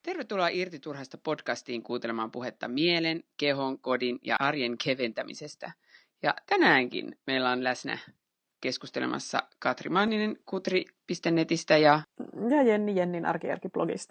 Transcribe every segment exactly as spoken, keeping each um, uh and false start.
Tervetuloa Irti turhasta podcastiin kuuntelemaan puhetta mielen, kehon, kodin ja arjen keventämisestä. Ja tänäänkin meillä on läsnä keskustelemassa Katri Manninen kutri piste netistä ja... Ja Jenni Jennin Arkijärki-blogista.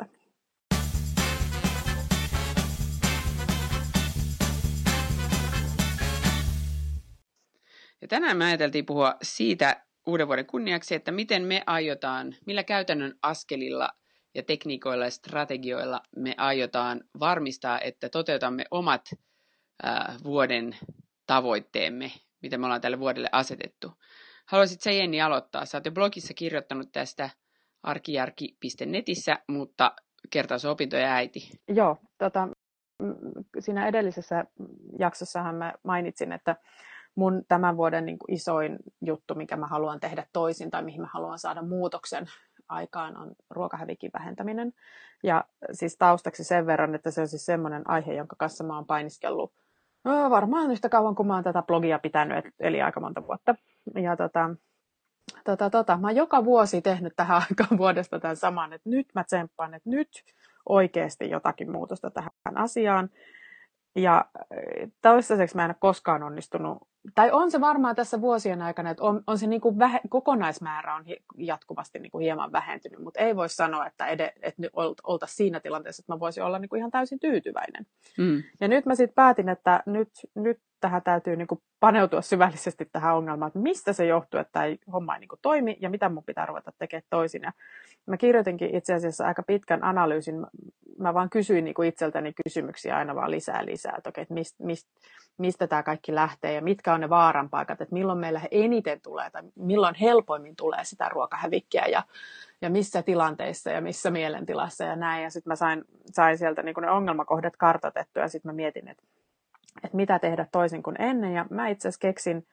Ja tänään me ajateltiin puhua siitä uuden vuoden kunniaksi, että miten me aiotaan, millä käytännön askelilla ja tekniikoilla ja strategioilla me aiotaan varmistaa, että toteutamme omat ää, vuoden tavoitteemme, mitä me ollaan tälle vuodelle asetettu. Haluaisit sä, Jenni, aloittaa? Sä oot jo blogissa kirjoittanut tästä arkijärki piste netissä, mutta kertausopintoja äiti. Joo, tota, siinä edellisessä jaksossahan mä mainitsin, että mun tämän vuoden niin kuin isoin juttu, mikä mä haluan tehdä toisin tai mihin mä haluan saada muutoksen aikaan, on ruokahävikin vähentäminen. Ja siis taustaksi sen verran, että se on siis semmoinen aihe, jonka kanssa mä oon painiskellut no, varmaan yhtä kauan, kun mä oon tätä blogia pitänyt, eli aika monta vuotta. Ja tota, tota, tota, mä oon joka vuosi tehnyt tähän aikaan vuodesta tämän saman, että nyt mä tsemppaan, että nyt oikeasti jotakin muutosta tähän asiaan. Ja toistaiseksi mä en ole koskaan onnistunut, tai on se varmaan tässä vuosien aikana, että on, on se niin kuin vähe, kokonaismäärä on jatkuvasti niin kuin hieman vähentynyt, mutta ei voi sanoa, että, ed, että nyt oltaisiin siinä tilanteessa, että mä voisin olla niin kuin ihan täysin tyytyväinen. Mm. Ja nyt mä sitten päätin, että nyt, nyt tähän täytyy niin kuin paneutua syvällisesti tähän ongelmaan, että mistä se johtuu, että tämä homma ei niin kuin toimi ja mitä mun pitää ruveta tekemään toisin. Ja mä kirjoitinkin itse asiassa aika pitkän analyysin. Mä vaan kysyin niin kuin itseltäni kysymyksiä aina vaan lisää lisää, että okei, että mist, mist, mistä tämä kaikki lähtee ja mitkä on ne vaaranpaikat, että milloin meillä eniten tulee tai milloin helpoimmin tulee sitä ruokahävikkiä ja, ja missä tilanteissa ja missä mielentilassa ja näin. Ja sitten mä sain, sain sieltä niin kuin ne ongelmakohdat kartoitettua ja sitten mä mietin, että, että mitä tehdä toisin kuin ennen. Ja mä itse asiassa keksin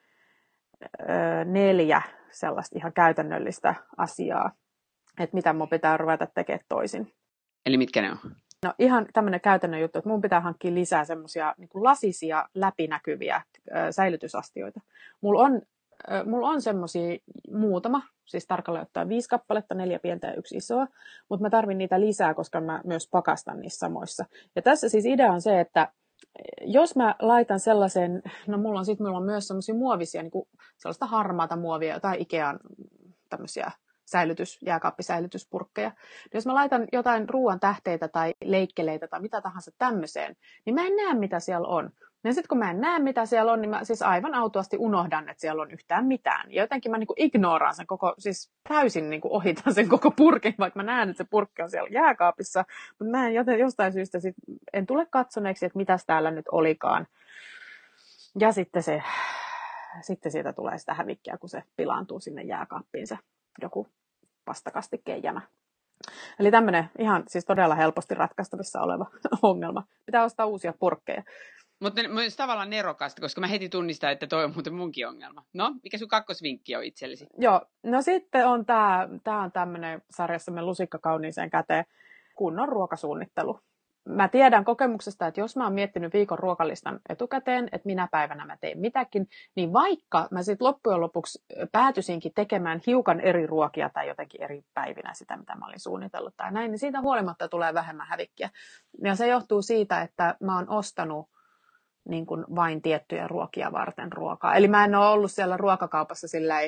ö, neljä sellaista ihan käytännöllistä asiaa, että mitä mun pitää ruveta tekemään toisin. Eli mitkä ne on? No ihan tämmöinen käytännön juttu, että mun pitää hankkia lisää semmoisia niin kuin lasisia, läpinäkyviä ö, säilytysastioita. Mulla on, ö, mulla on semmoisia muutama, siis tarkalleen ottaen viisi kappaletta, neljä pientä ja yksi isoa, mutta mä tarvin niitä lisää, koska mä myös pakastan niissä samoissa. Ja tässä siis idea on se, että jos mä laitan sellaisen, no mulla on, sit, mulla on myös semmoisia muovisia, niin kuin sellaista harmaata muovia, jotain Ikean tämmöisiä säilytys, jääkaappisäilytyspurkkeja. Jos mä laitan jotain ruoan tähteitä tai leikkeleitä tai mitä tahansa tämmöiseen, niin mä en näe, mitä siellä on. Ja sitten kun mä en näe, mitä siellä on, niin mä siis aivan autuasti unohdan, että siellä on yhtään mitään. Ja jotenkin mä niinku ignoraan sen koko, siis täysin niinku ohitan sen koko purkin, vaikka mä näen, että se purkki on siellä jääkaapissa. Mutta mä en joten, jostain syystä sit, en tule katsoneeksi, että mitäs täällä nyt olikaan. Ja sitten, se, sitten siitä tulee sitä hävikkiä, kun se pilaantuu sinne jääkaappiin se joku vastakastikkeen jämä. Eli tämmöinen ihan siis todella helposti ratkaistavissa oleva ongelma. Pitää ostaa uusia purkkeja. Mutta myös tavallaan nerokasta, koska mä heti tunnistan, että toi on muuten munkin ongelma. No, mikä sun kakkosvinkki on itsellesi? Joo, no sitten on tää, tää on tämmöinen sarjassamme lusikka kauniiseen käteen, kunnon ruokasuunnittelu. Mä tiedän kokemuksesta, että jos mä oon miettinyt viikon ruokalistan etukäteen, että minä päivänä mä teen mitäkin, niin vaikka mä sitten loppujen lopuksi päätyisinkin tekemään hiukan eri ruokia tai jotenkin eri päivinä sitä, mitä mä olin suunnitellut tai näin, niin siitä huolimatta tulee vähemmän hävikkiä. Ja se johtuu siitä, että mä oon ostanut niin kuin vain tiettyjä ruokia varten ruokaa. Eli mä en ole ollut siellä ruokakaupassa silleen,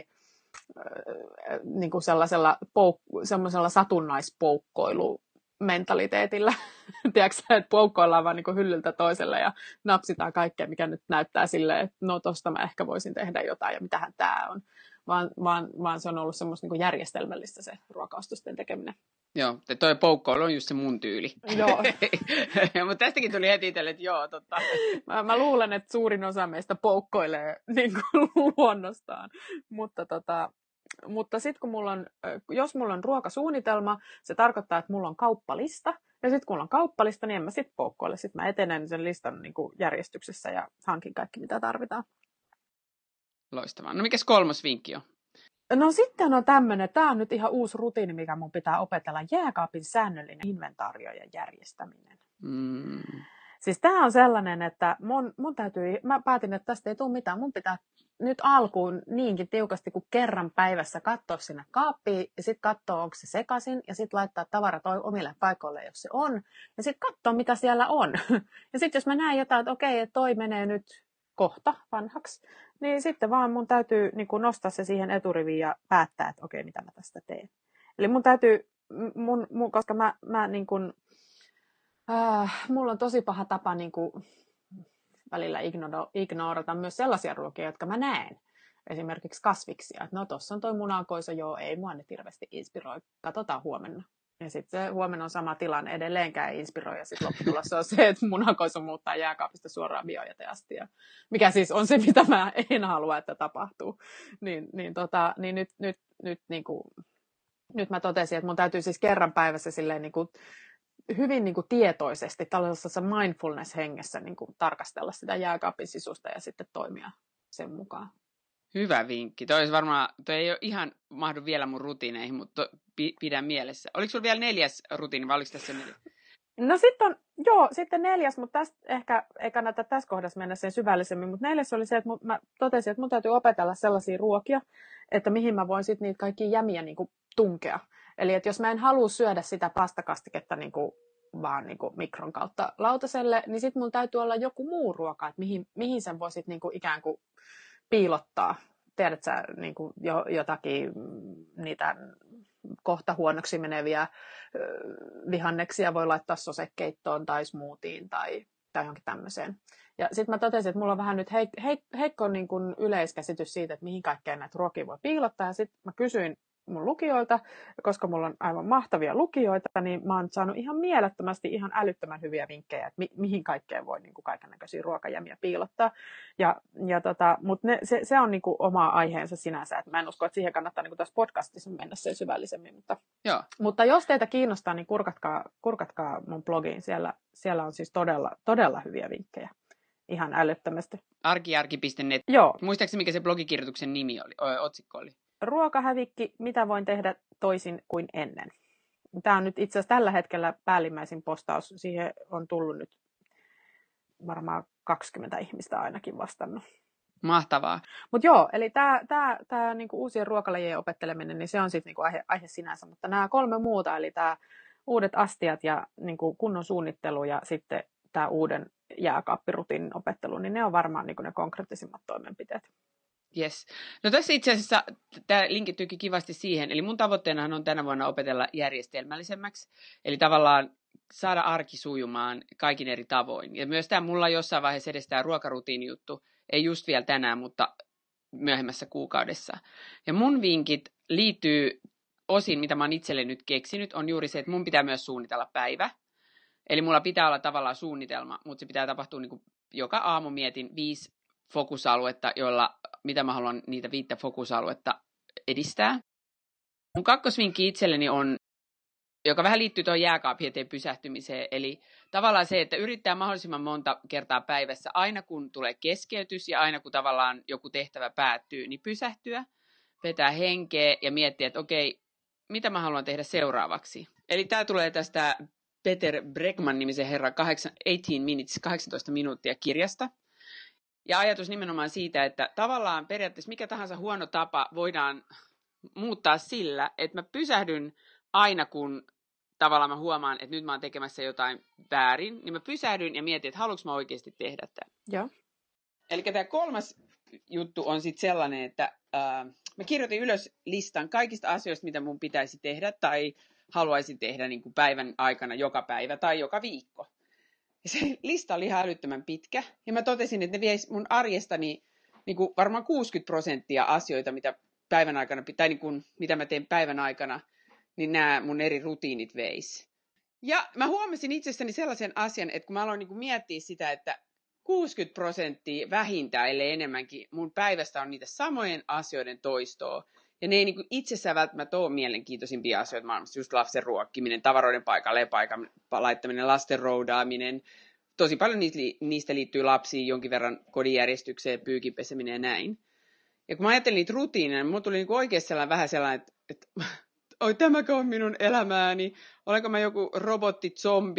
niin kuin sellaisella pouk- semmoisella satunnaispoukkoilu mentaliteetillä. Tiedätkö, että poukkoillaan vaan niin hyllyltä toiselle ja napsitaan kaikkea, mikä nyt näyttää silleen, että no tosta mä ehkä voisin tehdä jotain ja mitähän tää on. Vaan, vaan, vaan se on ollut semmoista niin järjestelmällistä se ruokaostosten tekeminen. Joo, toi poukkoilu on just se mun tyyli. Joo. Mutta tästäkin tuli heti itselle, että joo, totta. Mä, mä luulen, että suurin osa meistä poukkoilee niin kuin luonnostaan. Mutta tota... Mutta sitten kun mulla on, jos mulla on ruokasuunnitelma, se tarkoittaa, että mulla on kauppalista. Ja sitten kun mulla on kauppalista, niin en mä sitten poukkoile. Sitten mä etenen sen listan niin kuin järjestyksessä ja hankin kaikki, mitä tarvitaan. Loistavaa. No mikäs kolmas vinkki on? No sitten on tämmöinen, tämä on nyt ihan uusi rutiini, mikä mun pitää opetella, jääkaapin säännöllinen inventaario ja järjestäminen. Mm. Siis tää on sellainen, että mun, mun täytyy, mä päätin, että tästä ei tule mitään. Mun pitää nyt alkuun niinkin tiukasti kuin kerran päivässä katsoa sinne kaappiin ja sitten katsoa, onko se sekaisin ja sitten laittaa tavarat omille paikoille, jos se on. Ja sitten katsoa, mitä siellä on. Ja sitten jos mä näen jotain, että okei, että toi menee nyt kohta vanhaksi, niin sitten vaan mun täytyy niin kuin nostaa se siihen eturiviin ja päättää, että okei, mitä mä tästä teen. Eli mun täytyy, mun, mun, koska mä, mä niin kuin, äh, mulla on tosi paha tapa niin kuin välillä ignoro, ignorata myös sellaisia ruokia, jotka mä näen. Esimerkiksi kasviksia. Että no tossa on toi munakoiso, joo, ei mua nyt hirveästi inspiroi. Katsotaan huomenna. Ja sitten se huomenna on sama tilanne, edelleenkään ei inspiroi. Ja sitten lopputulossa on se, että munakoiso muuttaa jääkaapista suoraan biojäteasti. Mikä siis on se, mitä mä en halua, että tapahtuu. Niin, niin, tota, niin nyt, nyt, nyt, niin kuin, nyt mä totesin, että mun täytyy siis kerran päivässä silleen niin kuin, hyvin niin kuin tietoisesti, tällaisessa mindfulness-hengessä niin kuin tarkastella sitä jääkaapin sisusta ja sitten toimia sen mukaan. Hyvä vinkki. Toi, olisi varmaan, toi ei ole ihan mahdu vielä mun rutiineihin, mutta to, pi, pidän mielessä. Oliko sulla vielä neljäs rutiini vai oliko tässä neljäs? No sitten on, joo, sitten neljäs, mutta tästä ehkä ei kannata tässä kohdassa mennä sen syvällisemmin, mutta neljäs oli se, että mun, mä totesin, että mun täytyy opetella sellaisia ruokia, että mihin mä voin sitten niitä kaikkia jämiä niin kuin tunkea. Eli että jos mä en halua syödä sitä pastakastiketta niin kuin vaan niin kuin mikron kautta lautaselle, niin sitten mun täytyy olla joku muu ruoka, että mihin, mihin sen voisit niin kuin ikään kuin piilottaa. Tiedät sä niin kuin jo, jotakin niitä kohta huonoksi meneviä vihanneksia voi laittaa sosekeittoon tai smoothiin tai, tai johonkin tämmöiseen. Ja sitten mä totesin, että mulla on vähän nyt heik- heik- heikko niin kuin yleiskäsitys siitä, että mihin kaikkeen näitä ruokia voi piilottaa. Ja sitten mä kysyin mun lukijoilta, koska mulla on aivan mahtavia lukijoita, niin mä oon saanut ihan mielettömästi ihan älyttömän hyviä vinkkejä, että mi- mihin kaikkeen voi niin kuin kaikennäköisiä ruokajämiä piilottaa. Ja, ja tota, mutta se, se on niin kuin oma aiheensa sinänsä, että mä en usko, että siihen kannattaa niin kuin tässä podcastissa mennä sen syvällisemmin. Mutta, Joo. mutta jos teitä kiinnostaa, niin kurkatkaa, kurkatkaa mun blogiin. Siellä, siellä on siis todella, todella hyviä vinkkejä. Ihan älyttömästi. arkiarki piste net. Joo. Muistaakseni mikä se blogikirjoituksen nimi oli, o, otsikko oli? Ruokahävikki, mitä voin tehdä toisin kuin ennen. Tämä on nyt itse asiassa tällä hetkellä päällimmäisin postaus. Siihen on tullut nyt varmaan kaksikymmentä ihmistä ainakin vastannut. Mahtavaa. Mutta joo, eli tämä tää, tää, niinku uusien ruokalajien opetteleminen, niin se on sitten niinku aihe, aihe sinänsä. Mutta nämä kolme muuta, eli tämä uudet astiat ja niinku kunnon suunnittelu ja sitten tämä uuden jääkaappirutiinin opettelu, niin ne on varmaan niinku ne konkreettisimmat toimenpiteet. Yes. No tässä itse asiassa tämä linkittyykin kivasti siihen, eli mun tavoitteenahan on tänä vuonna opetella järjestelmällisemmäksi, eli tavallaan saada arki sujumaan kaikin eri tavoin. Ja myös tämä mulla jossain vaiheessa edes tämä ruokarutiinijuttu, ei just vielä tänään, mutta myöhemmässä kuukaudessa. Ja mun vinkit liittyy osin, mitä mä oon itselle nyt keksinyt, on juuri se, että mun pitää myös suunnitella päivä. Eli mulla pitää olla tavallaan suunnitelma, mutta se pitää tapahtua niin kuin joka aamu mietin viisi fokusaluetta, joilla, mitä mä haluan niitä viittä fokusaluetta edistää. Mun kakkosvinkki itselleni on, joka vähän liittyy tuohon jääkaapin eteen pysähtymiseen, eli tavallaan se, että yrittää mahdollisimman monta kertaa päivässä, aina kun tulee keskeytys ja aina kun tavallaan joku tehtävä päättyy, niin pysähtyä, vetää henkeä ja miettiä, että okei, mitä mä haluan tehdä seuraavaksi. Eli tämä tulee tästä Peter Bregman-nimisen herran kahdeksantoista minutes, kahdeksantoista minuuttia kirjasta. Ja ajatus nimenomaan siitä, että tavallaan periaatteessa mikä tahansa huono tapa voidaan muuttaa sillä, että mä pysähdyn aina kun tavallaan mä huomaan, että nyt mä oon tekemässä jotain väärin, niin mä pysähdyn ja mietin, että haluanko mä oikeasti tehdä tämän. Joo. Eli tämä kolmas juttu on sitten sellainen, että äh, mä kirjoitin ylös listan kaikista asioista, mitä mun pitäisi tehdä tai haluaisin tehdä niin kuin päivän aikana joka päivä tai joka viikko. Ja se lista oli ihan älyttömän pitkä. Ja mä totesin, että ne vies mun arjestani niin kuin varmaan kuusikymmentä prosenttia asioita, mitä päivän aikana, tai niin kuin, mitä mä teen päivän aikana, niin nämä mun eri rutiinit veis. Ja mä huomasin itsestäni sellaisen asian, että kun mä aloin niin kuin miettiä sitä, että kuusikymmentä prosenttia vähintään, ellei enemmänkin, mun päivästä on niitä samojen asioiden toistoa. Ja ne ei niin kuin itsessään välttämättä ole mielenkiintoisimpia asioita maailmassa, just lapsen ruokkiminen, tavaroiden paikalle paikan laittaminen, lasten roudaaminen. Tosi paljon niistä liittyy lapsiin, jonkin verran kodinjärjestykseen, pyykin peseminen ja näin. Ja kun mä ajattelin niitä rutiineja, niin mulla tuli niin oikeasti sellainen, vähän sellainen, että, että oi tämäkö on minun elämääni, olenko mä joku robotti, zombi,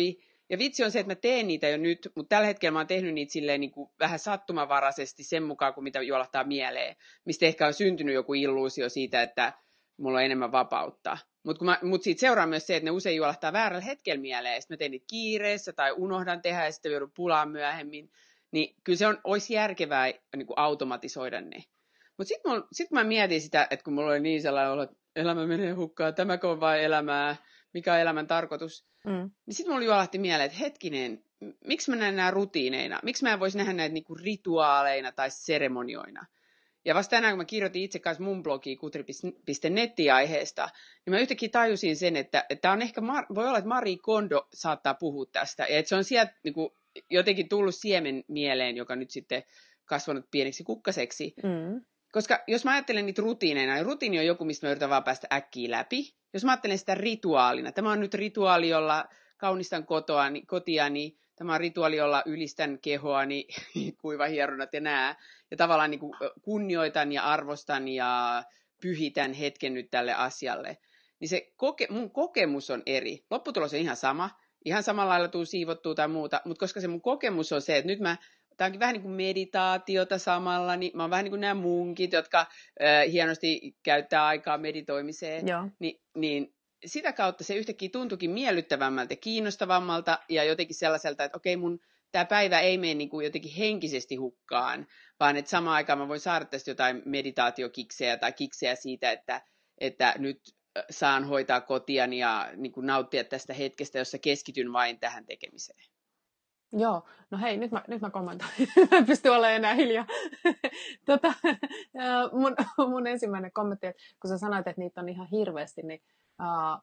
Ja vitsi on se, että mä teen niitä jo nyt, mutta tällä hetkellä mä oon tehnyt niitä silleen niin kuin vähän sattumavaraisesti sen mukaan, kuin mitä juolahtaa mieleen. Mistä ehkä on syntynyt joku illuusio siitä, että mulla on enemmän vapautta. Mutta mut siitä seuraa myös se, että ne usein juolahtaa väärällä hetkellä mieleen. Ja sitten mä teen niitä kiireessä tai unohdan tehdä ja sitten joudun pulaan myöhemmin. Niin kyllä se on, olisi järkevää niin kuin automatisoida ne. Mutta sitten sit mä mietin sitä, että kun mulla oli niin sellainen olo, että elämä menee hukkaan, tämäkö on vain elämää, mikä on elämän tarkoitus. Mm. Niin sitten mulla juolahti mieleen, että hetkinen, miksi mä näen nämä rutiineina? Miksi mä en voisi nähdä näitä niinku rituaaleina tai seremonioina? Ja vasta tänään, kun mä kirjoitin itse kanssa mun blogia kutri piste net aiheesta, niin mä yhtäkkiä tajusin sen, että, että on ehkä, voi olla, että Marie Kondo saattaa puhua tästä. Ja että se on sieltä niin kuin, jotenkin tullut siemen mieleen, joka nyt sitten kasvanut pieneksi kukkaseksi. Mm. Koska jos mä ajattelen niitä rutiineina, niin rutiini on joku, mistä mä yritän vaan päästä äkkiä läpi. Jos mä ajattelen sitä rituaalina, tämä on nyt rituaali, jolla kaunistan kotoani, kotiani, tämä on rituaali, jolla ylistän kehoani, kuivahieronnat ja nää. Ja tavallaan niin kuin kunnioitan ja arvostan ja pyhitän hetken nyt tälle asialle. Niin se koke, mun kokemus on eri. Lopputulos on ihan sama. Ihan samalla lailla tuu siivottua tai muuta. Mutta koska se mun kokemus on se, että nyt mä, tää onkin vähän niin kuin meditaatiota samalla, niin mä oon vähän niin kuin nämä munkit, jotka äh, hienosti käyttää aikaa meditoimiseen. Ni, niin sitä kautta se yhtäkkiä tuntuikin miellyttävämmältä ja kiinnostavammalta ja jotenkin sellaiselta, että okei mun tämä päivä ei mene niin kuin jotenkin henkisesti hukkaan, vaan että samaan aikaan mä voin saada tästä jotain meditaatiokiksejä tai kiksejä siitä, että, että nyt saan hoitaa kotiani ja niin kuin nauttia tästä hetkestä, jossa keskityn vain tähän tekemiseen. Joo, no hei, nyt mä, nyt mä kommentoin. Mä en pysty olemaan enää hiljaa. tota, mun, mun ensimmäinen kommentti, että kun sä sanoit, että niitä on ihan hirveästi, niin uh,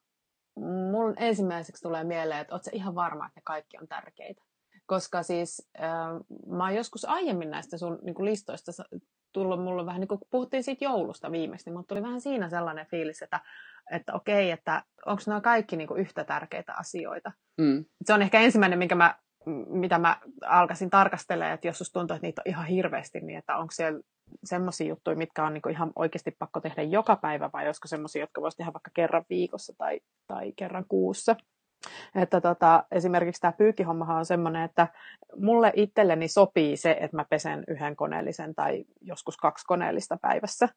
mun ensimmäiseksi tulee mieleen, että oot sä ihan varma, että ne kaikki on tärkeitä. Koska siis äh, mä oon joskus aiemmin näistä sun niin kuin listoista tullut mulle vähän, niin kuin puhuttiin siitä joulusta viimeksi, niin mulle tuli vähän siinä sellainen fiilis, että, että okei, että onko nämä kaikki niin kuin yhtä tärkeitä asioita. Mm. Se on ehkä ensimmäinen, minkä mä, mitä mä alkaisin tarkastelemaan, että jos susta tuntuu, että niitä on ihan hirveästi, niin että onko siellä semmoisia juttuja, mitkä on niin kuin ihan oikeasti pakko tehdä joka päivä, vai olisiko semmoisia, jotka voisi tehdä vaikka kerran viikossa tai, tai kerran kuussa. Että tota, esimerkiksi tämä pyykkihommahan on semmoinen, että mulle itselleni sopii se, että mä pesen yhden koneellisen tai joskus kaksi koneellista päivässä.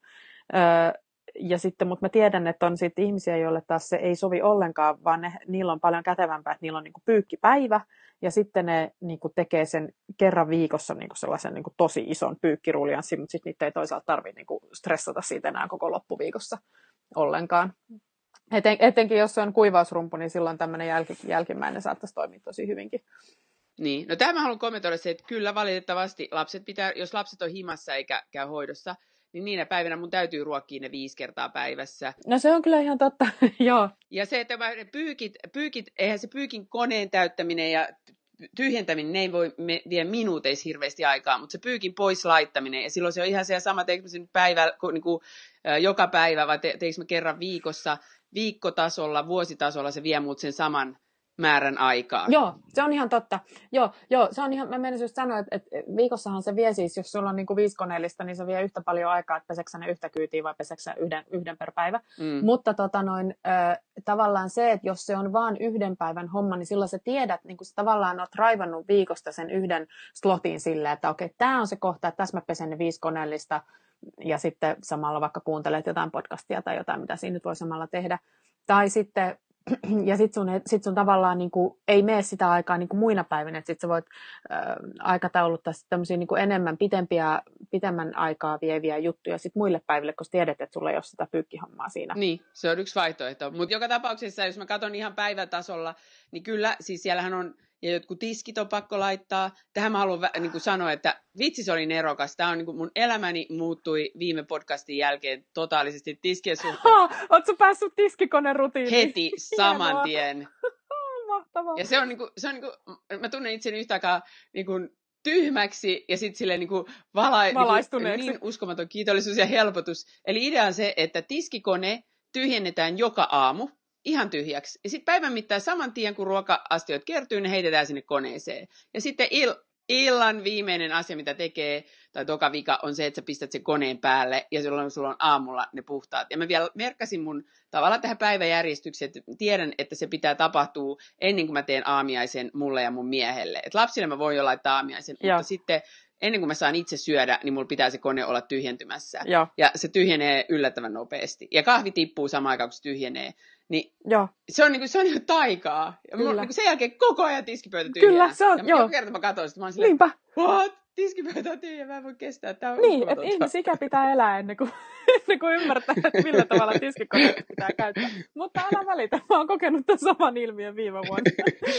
Öö, ja sitten, mutta mä tiedän, että on sitten ihmisiä, joille taas se ei sovi ollenkaan, vaan ne, niillä on paljon kätevämpää, että niillä on niinku pyykkipäivä ja sitten ne niinku tekee sen kerran viikossa niinku sellaisen niinku tosi ison pyykkiruljanssin, mutta sitten niitä ei toisaalta tarvitse niinku stressata siitä enää koko loppuviikossa ollenkaan. Eten, etenkin jos se on kuivausrumpu, niin silloin tämmöinen jälki, jälkimmäinen saattaisi toimia tosi hyvinkin. Niin, no tämä mä haluan kommentoida se, että kyllä valitettavasti lapset pitää, jos lapset on himassa eikä käy hoidossa, niin niinä päivinä mun täytyy ruokkia ne viisi kertaa päivässä. No se on kyllä ihan totta, joo. Ja se, että pyykit, pyykit, eihän se pyykin koneen täyttäminen ja tyhjentäminen, ne ei voi vie minuuteissa hirveästi aikaa, mutta se pyykin pois laittaminen, ja silloin se on ihan se sama, teekö mä päivä, niin kuin, äh, joka päivä, vai te, teekö mä kerran viikossa, viikkotasolla, vuositasolla se vie mut sen saman määrän aikaa. Joo, se on ihan totta. Joo, joo se on ihan, mä menisin just sanoa, että, että viikossahan se vie siis, jos sulla on niin kuin viisi koneellista, niin se vie yhtä paljon aikaa, että peseksä ne yhtä kyytiä vai peseksä yhden, yhden per päivä. Mm. Mutta tota noin, äh, tavallaan se, että jos se on vaan yhden päivän homma, niin silloin sä tiedät, niin kuin sä tavallaan oot raivannut viikosta sen yhden slotin silleen, että okei, tää on se kohta, että tässä mä pesen ne viisi koneellista, ja sitten samalla vaikka kuuntelet jotain podcastia tai jotain, mitä siinä nyt voi samalla tehdä. Tai sitten, ja sitten sun, sit sun tavallaan niin kuin, ei mene sitä aikaa niin kuin muina päivinä, että sitten sä voit äh, aikatauluttaa tämmöisiä niin kuin enemmän pitempiä, pitemmän aikaa vieviä juttuja sit muille päiville, koska tiedät, että sulla ei ole sitä pyykkihommaa siinä. Niin, se on yksi vaihtoehto. Mutta joka tapauksessa, jos mä katson ihan päivätasolla, niin kyllä, siis siellähän on, ja jotkut tiskit on pakko laittaa. Tähän mä haluan niin kuin sanoa, että vitsi se oli nerokas. Tämä on niin kuin mun elämäni muuttui viime podcastin jälkeen totaalisesti tiskien suhteen. Ootko päässyt tiskikoneen rutiiniin? Heti, saman tien. Mahtavaa. Ja se on niin kuin, se on niin kuin, mä tunnen itseni yhtä aikaa niin kuin tyhmäksi ja sitten silleen niin kuin vala, valaistuneeksi. Niin, niin uskomaton kiitollisuus ja helpotus. Eli idea on se, että tiskikone tyhjennetään joka aamu. Ihan tyhjäksi. Ja sitten päivän mittaan saman tien, kun ruoka-astioit kertyy, ne heitetään sinne koneeseen. Ja sitten il- illan viimeinen asia, mitä tekee, tai toka vika, on se, että sä pistät sen koneen päälle, ja silloin sulla on aamulla ne puhtaat. Ja mä vielä merkkasin mun tavallaan tähän päiväjärjestykseen, että tiedän, että se pitää tapahtua ennen kuin mä teen aamiaisen mulle ja mun miehelle. Et lapsille mä voin jo laittaa aamiaisen, Joo. mutta sitten ennen kuin mä saan itse syödä, niin mulla pitää se kone olla tyhjentymässä. Joo. Ja se tyhjenee yllättävän nopeasti. Ja kahvi tippuu samaan aikaan, kun se tyhjenee. Niin joo. Se on, niinku, se on niinku taikaa. Ja mulla, niinku sen jälkeen koko ajan tiskipöytä tyhjää. Kyllä, se on, ja joo. Joka kerta mä katsoin sitä, mä oon silleen, Niinpä. What? Tiskipöytä on tyhjä, mä en voi kestää. Tää on niin, että ihmisikä pitää elää ennen kuin, ennen kuin ymmärtää, että millä tavalla tiskikoneita pitää käyttää. Mutta älä välitä, mä oon kokenut tämän saman ilmiön viime vuonna.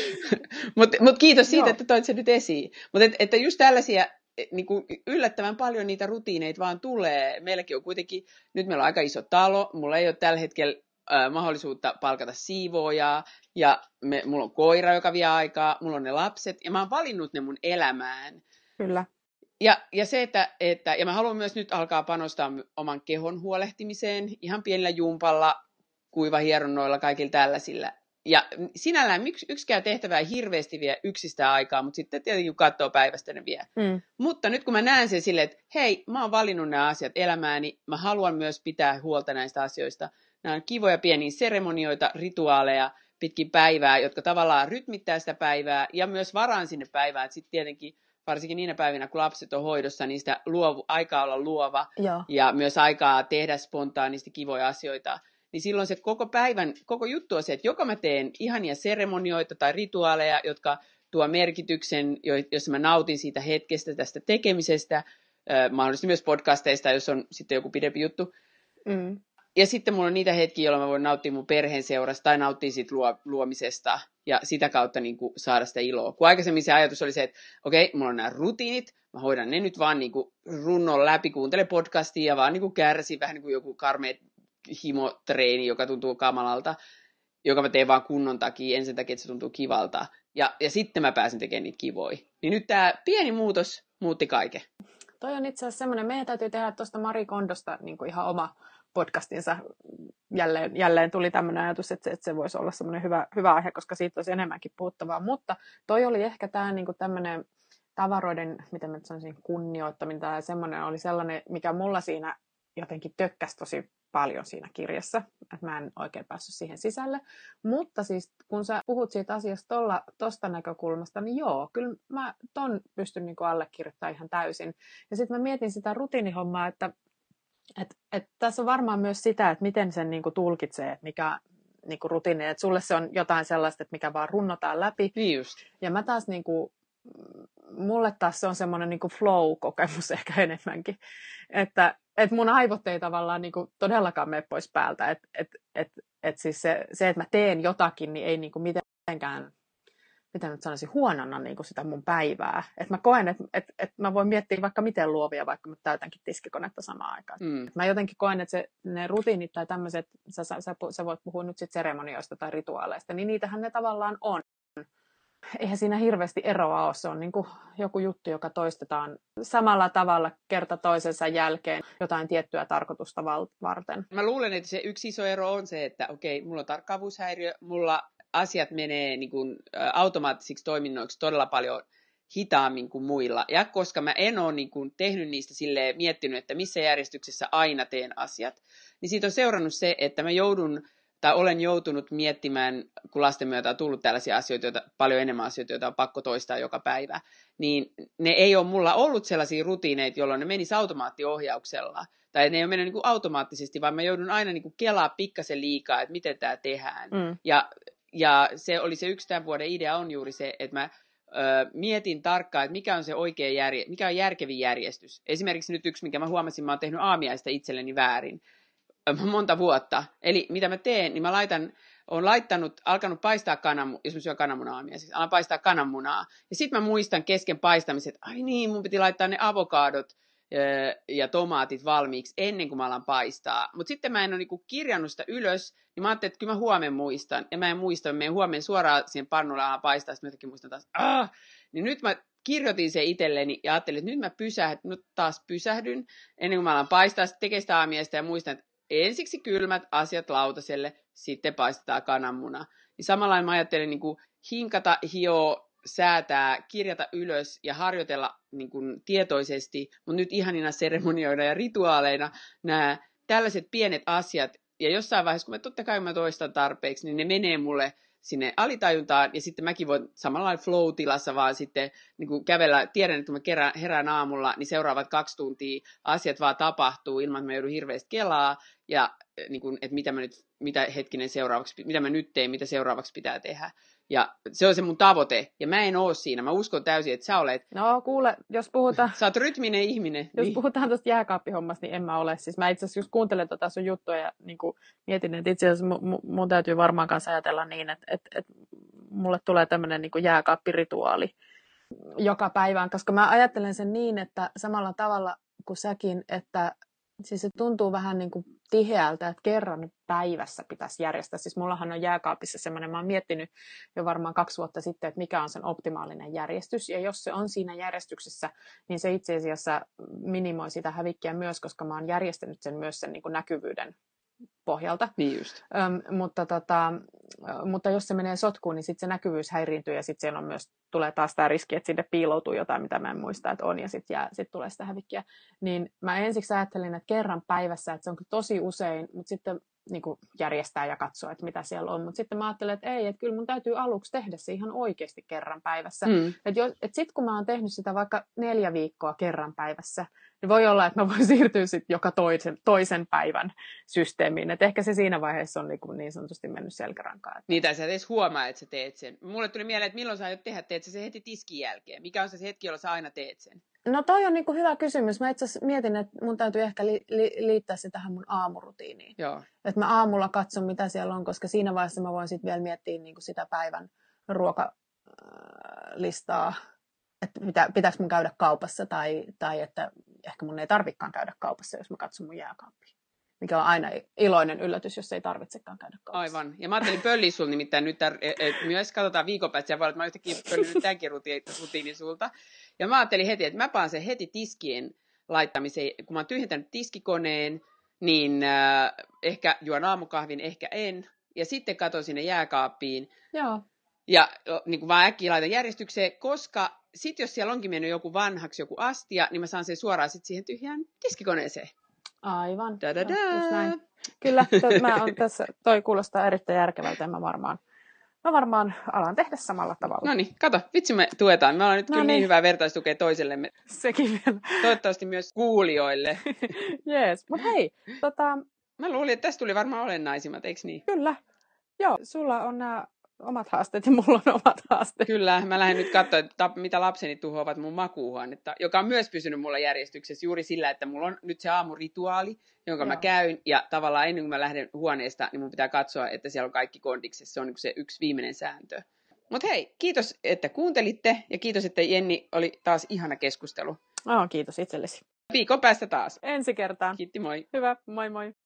Mutta mut kiitos siitä, joo. että toit sen nyt esiin. Mutta et, että just tällaisia niin kuin yllättävän paljon niitä rutiineita vaan tulee. Meilläkin on kuitenkin, nyt meillä on aika iso talo, mulla ei ole tällä hetkellä äh, mahdollisuutta palkata siivoojaa, ja me, mulla on koira, joka vie aikaa, mulla on ne lapset, ja mä oon valinnut ne mun elämään. Kyllä. Ja, ja se, että, että, ja mä haluan myös nyt alkaa panostaa oman kehon huolehtimiseen, ihan pienellä jumpalla, kuivahieronnoilla, kaikilla tällaisilla. Ja sinällään yks, yksikään tehtävä ei hirveästi vie yksistä aikaa, mutta sitten tietenkin kun katsoo päivästä ne vie. Mm. Mutta nyt kun mä näen sen silleen, että hei, mä oon valinnut nämä asiat elämääni, mä haluan myös pitää huolta näistä asioista. Nämä on kivoja pieniä seremonioita, rituaaleja pitkin päivää, jotka tavallaan rytmittää sitä päivää ja myös varaan sinne päivään. Sitten tietenkin, varsinkin niinä päivinä, kun lapset on hoidossa, niin sitä luovu, aikaa olla luova Joo. ja myös aikaa tehdä spontaanisti kivoja asioita. Niin silloin se koko päivän, koko juttu on se, että joko mä teen ihania seremonioita tai rituaaleja, jotka tuo merkityksen, jossa mä nautin siitä hetkestä, tästä tekemisestä, äh, mahdollisesti myös podcasteista, jos on sitten joku pidempi juttu. Mm. Ja sitten mulla on niitä hetkiä, jolloin mä voin nauttia mun perheen seurasta tai nauttia siitä luo, luomisesta ja sitä kautta niin kuin saada sitä iloa. Kun aikaisemmin se ajatus oli se, että okei, okay, mulla on nämä rutiinit, mä hoidan ne nyt vaan niin kuin runnon läpi, kuuntele podcastia ja vaan niin kuin kärsi, vähän niin kuin joku karmea himotreeni, joka tuntuu kamalalta, joka mä teen vaan kunnon takia, ensin takia, että se tuntuu kivalta. Ja, ja sitten mä pääsen tekemään niitä kivoja. Niin nyt tää pieni muutos muutti kaiken. Toi on itse asiassa semmoinen, meidän täytyy tehdä tuosta Marie Kondosta niin kuin ihan oma podcastinsa. Jälleen, jälleen tuli tämmöinen ajatus, että se, että se voisi olla semmoinen hyvä, hyvä aihe, koska siitä olisi enemmänkin puhuttavaa. Mutta toi oli ehkä tämä niin kuin tämmöinen tavaroiden, miten mä sanoisin, kunnioittaminen tai semmoinen oli sellainen, mikä mulla siinä jotenkin tökkäsi tosi paljon siinä kirjassa, että mä en oikein päässyt siihen sisälle. Mutta siis kun sä puhut siitä asiasta tuosta näkökulmasta, niin joo, kyllä mä ton pystyn niinku allekirjoittamaan ihan täysin. Ja sitten mä mietin sitä rutiinihommaa, että et, et tässä on varmaan myös sitä, että miten sen niinku tulkitsee, että mikä niinku rutiini, että sulle se on jotain sellaista, että mikä vaan runnotaan läpi. Niin just. Ja mä taas niinku, mulle taas se on semmoinen niinku flow-kokemus ehkä enemmänkin, että et mun aivot ei tavallaan niinku todellakaan mene pois päältä, että et, et, et siis se, se, että mä teen jotakin, niin ei niinku mitenkään, miten nyt sanoisin, huononna niinku sitä mun päivää. Että mä koen, että et, et mä voin miettiä vaikka miten luovia, vaikka mä täytänkin tiskikonetta samaan aikaan. Mm. Mä jotenkin koen, että se, ne rutiinit tai tämmöiset, sä, sä, sä, sä voit puhua nyt sit seremonioista tai rituaaleista, niin niitähän ne tavallaan on. Eihän siinä hirveästi eroa ole. Se on niin kuin joku juttu, joka toistetaan samalla tavalla kerta toisensa jälkeen jotain tiettyä tarkoitusta varten. Mä luulen, että se yksi iso ero on se, että okei, mulla on tarkkaavuushäiriö, mulla asiat menee niin kuin automaattisiksi toiminnoiksi todella paljon hitaammin kuin muilla. Ja koska mä en ole niin kuin tehnyt niistä silleen miettinyt, että missä järjestyksessä aina teen asiat, niin siitä on seurannut se, että mä joudun tai olen joutunut miettimään, kun lasten myötä on tullut tällaisia asioita, joita, paljon enemmän asioita, joita on pakko toistaa joka päivä, niin ne ei ole mulla ollut sellaisia rutiineita, jolloin ne menisi automaattiohjauksella. Tai ne ei ole mennyt niin kuin automaattisesti, vaan mä joudun aina niin kuin kelaa pikkasen liikaa, että miten tämä tehdään. Mm. Ja, ja se oli se yksi tämän vuoden idea on juuri se, että mä ö, mietin tarkkaan, että mikä on se oikea järje, mikä on järkevin järjestys. Esimerkiksi nyt yksi, minkä mä huomasin, mä oon tehnyt aamiaista itselleni väärin monta vuotta. Eli mitä mä teen, niin mä laitan, olen laittanut, alkanut paistaa kananmunaa, jos mä syön kananmunaa, siis alan paistaa kananmunaa. Ja sitten mä muistan kesken paistamisen, että ai niin, mun piti laittaa ne avokaadot ja tomaatit valmiiksi ennen kuin mä alan paistaa. Mutta sitten mä en ole niinku kirjannut sitä ylös, niin mä ajattelin, että kyllä mä huomenna muistan. Ja mä en muista, mä menen huomenna suoraan siihen pannulle alan paistaa, sitten mä jotenkin muistan taas, ah! Niin nyt mä kirjoitin sen itselleni ja ajattelin, että nyt mä pysähdyn, nyt taas pysähdyn, ennen kuin mä alan paistaa, sitten tekee sitä aamiaista ja muistan, että ensiksi kylmät asiat lautaselle, sitten paistetaan kananmuna. Niin samalla mä ajattelin niin kuin hinkata, hioa, säätää, kirjata ylös ja harjoitella niin kuin tietoisesti, mutta nyt ihanina seremonioina ja rituaaleina nämä tällaiset pienet asiat, ja jossain vaiheessa, kun mä totta kai mä toistan tarpeeksi, niin ne menee mulle sinne alitajuntaan, ja sitten mäkin voin samalla lailla flow-tilassa vaan sitten niin kuin kävellä, tiedän, että kun mä kerään, herään aamulla, niin seuraavat kaksi tuntia asiat vaan tapahtuu ilman, että mä joudun hirveästi kelaa, ja niin kuin, että mitä mä nyt, mitä hetkinen seuraavaksi, mitä mä nyt teen, mitä seuraavaksi pitää tehdä. Ja se on se mun tavoite, ja mä en oo siinä. Mä uskon täysin, että sä olet. No kuule, jos puhutaan... Sä oot rytminen ihminen. Jos niin. puhutaan tuosta jääkaappihommasta, niin en mä ole. Siis mä itse asiassa just kuuntelen tota sun juttua ja niin kuin mietin, että itse asiassa mun, mun täytyy varmaan kanssa ajatella niin, että, että, että mulle tulee tämmöinen niin kuin jääkaappirituaali joka päivään, koska mä ajattelen sen niin, että samalla tavalla kuin säkin, että siis se tuntuu vähän niin kuin tiheältä, että kerran päivässä pitäisi järjestää. Siis mullahan on jääkaapissa semmoinen, mä oon miettinyt jo varmaan kaksi vuotta sitten, että mikä on sen optimaalinen järjestys. Ja jos se on siinä järjestyksessä, niin se itse asiassa minimoi sitä hävikkiä myös, koska mä oon järjestänyt sen myös sen niin kuin näkyvyyden pohjalta. Niin just. Öm, mutta, tota, mutta jos se menee sotkuun, niin sitten se näkyvyys häiriintyy ja sitten siellä on myös, tulee taas tämä riski, että sinne piiloutuu jotain, mitä mä en muista, että on, ja sitten sit tulee sitä hävikkiä. Niin mä ensiksi ajattelin, että kerran päivässä, että se on kyllä tosi usein, mutta sitten niin kuin järjestää ja katsoo, että mitä siellä on. Mutta sitten mä ajattelin, että ei, että kyllä mun täytyy aluksi tehdä se ihan oikeasti kerran päivässä. Mm. Että et sitten kun mä oon tehnyt sitä vaikka neljä viikkoa kerran päivässä, niin voi olla, että mä voin siirtyä sitten joka toisen, toisen päivän systeemiin. Että ehkä se siinä vaiheessa on niin, kuin niin sanotusti mennyt selkärankaan. Niin, tai sä et edes huomaa, että sä teet sen. Mulle tuli mieleen, että milloin sä aiot tehdä, teet sä se heti tiskin jälkeen? Mikä on se hetki, jolla sä aina teet sen? No toi on niin kuin hyvä kysymys. Mä itse asiassa mietin, että mun täytyy ehkä li- li- liittää se tähän mun aamurutiiniin. Joo. Että mä aamulla katson, mitä siellä on, koska siinä vaiheessa mä voin sitten vielä miettiä niin kuin sitä päivän ruokalistaa. Että pitä, pitääkö mun käydä kaupassa tai, tai että ehkä mun ei tarvikaan käydä kaupassa, jos mä katson mun jääkaappia. Mikä on aina iloinen yllätys, jos ei tarvitsekaan käydä kaupassa. Aivan. Ja mä ajattelin pölliä sulta nimittäin nyt, että myös katsotaan viikon päästä, ja voi olla, että mä yhtäkkiä pöllinyt tämänkin rutiini sulta. Ja mä ajattelin heti, että mä paan sen heti tiskien laittamiseen. Kun mä oon tyhjentänyt tiskikoneen, niin äh, ehkä juon aamukahvin, ehkä en. Ja sitten katon sinne jääkaappiin. Joo. Ja niin kuin vaan äkkiä laitan järjestykseen, koska sitten jos siellä onkin mennyt joku vanhaksi joku astia, niin mä saan sen suoraan sitten siihen tyhjään tiskikoneeseen. Aivan. Da-da-da. Just näin. Kyllä, to, mä on tässä, toi kuulostaa erittäin järkevältä ja mä varmaan, mä varmaan alan tehdä samalla tavalla. No niin, kato, vitsi me tuetaan. Me ollaan nyt no kyllä niin. niin hyvää vertaistukea toisellemme. Sekin vielä. Toivottavasti myös kuulijoille. Jees, mutta hei, tota... Mä luulin, että tästä tuli varmaan olennaisimmat, eikö niin? Kyllä, joo, sulla on nämä omat haasteet ja mulla on omat haasteet. Kyllä, mä lähden nyt katsoa, että mitä lapseni tuhoavat mun makuuhuonetta, joka on myös pysynyt mulla järjestyksessä juuri sillä, että mulla on nyt se aamurituaali, jonka Joo. mä käyn, ja tavallaan ennen kuin mä lähden huoneesta, niin mun pitää katsoa, että siellä on kaikki kondiksessa. Se on niin se yksi viimeinen sääntö. Mutta hei, kiitos, että kuuntelitte, ja kiitos, että Jenni oli taas ihana keskustelu. Oh, kiitos itsellesi. Viikon päästä taas. Ensi kertaan. Kiitti, moi. Hyvä, moi moi.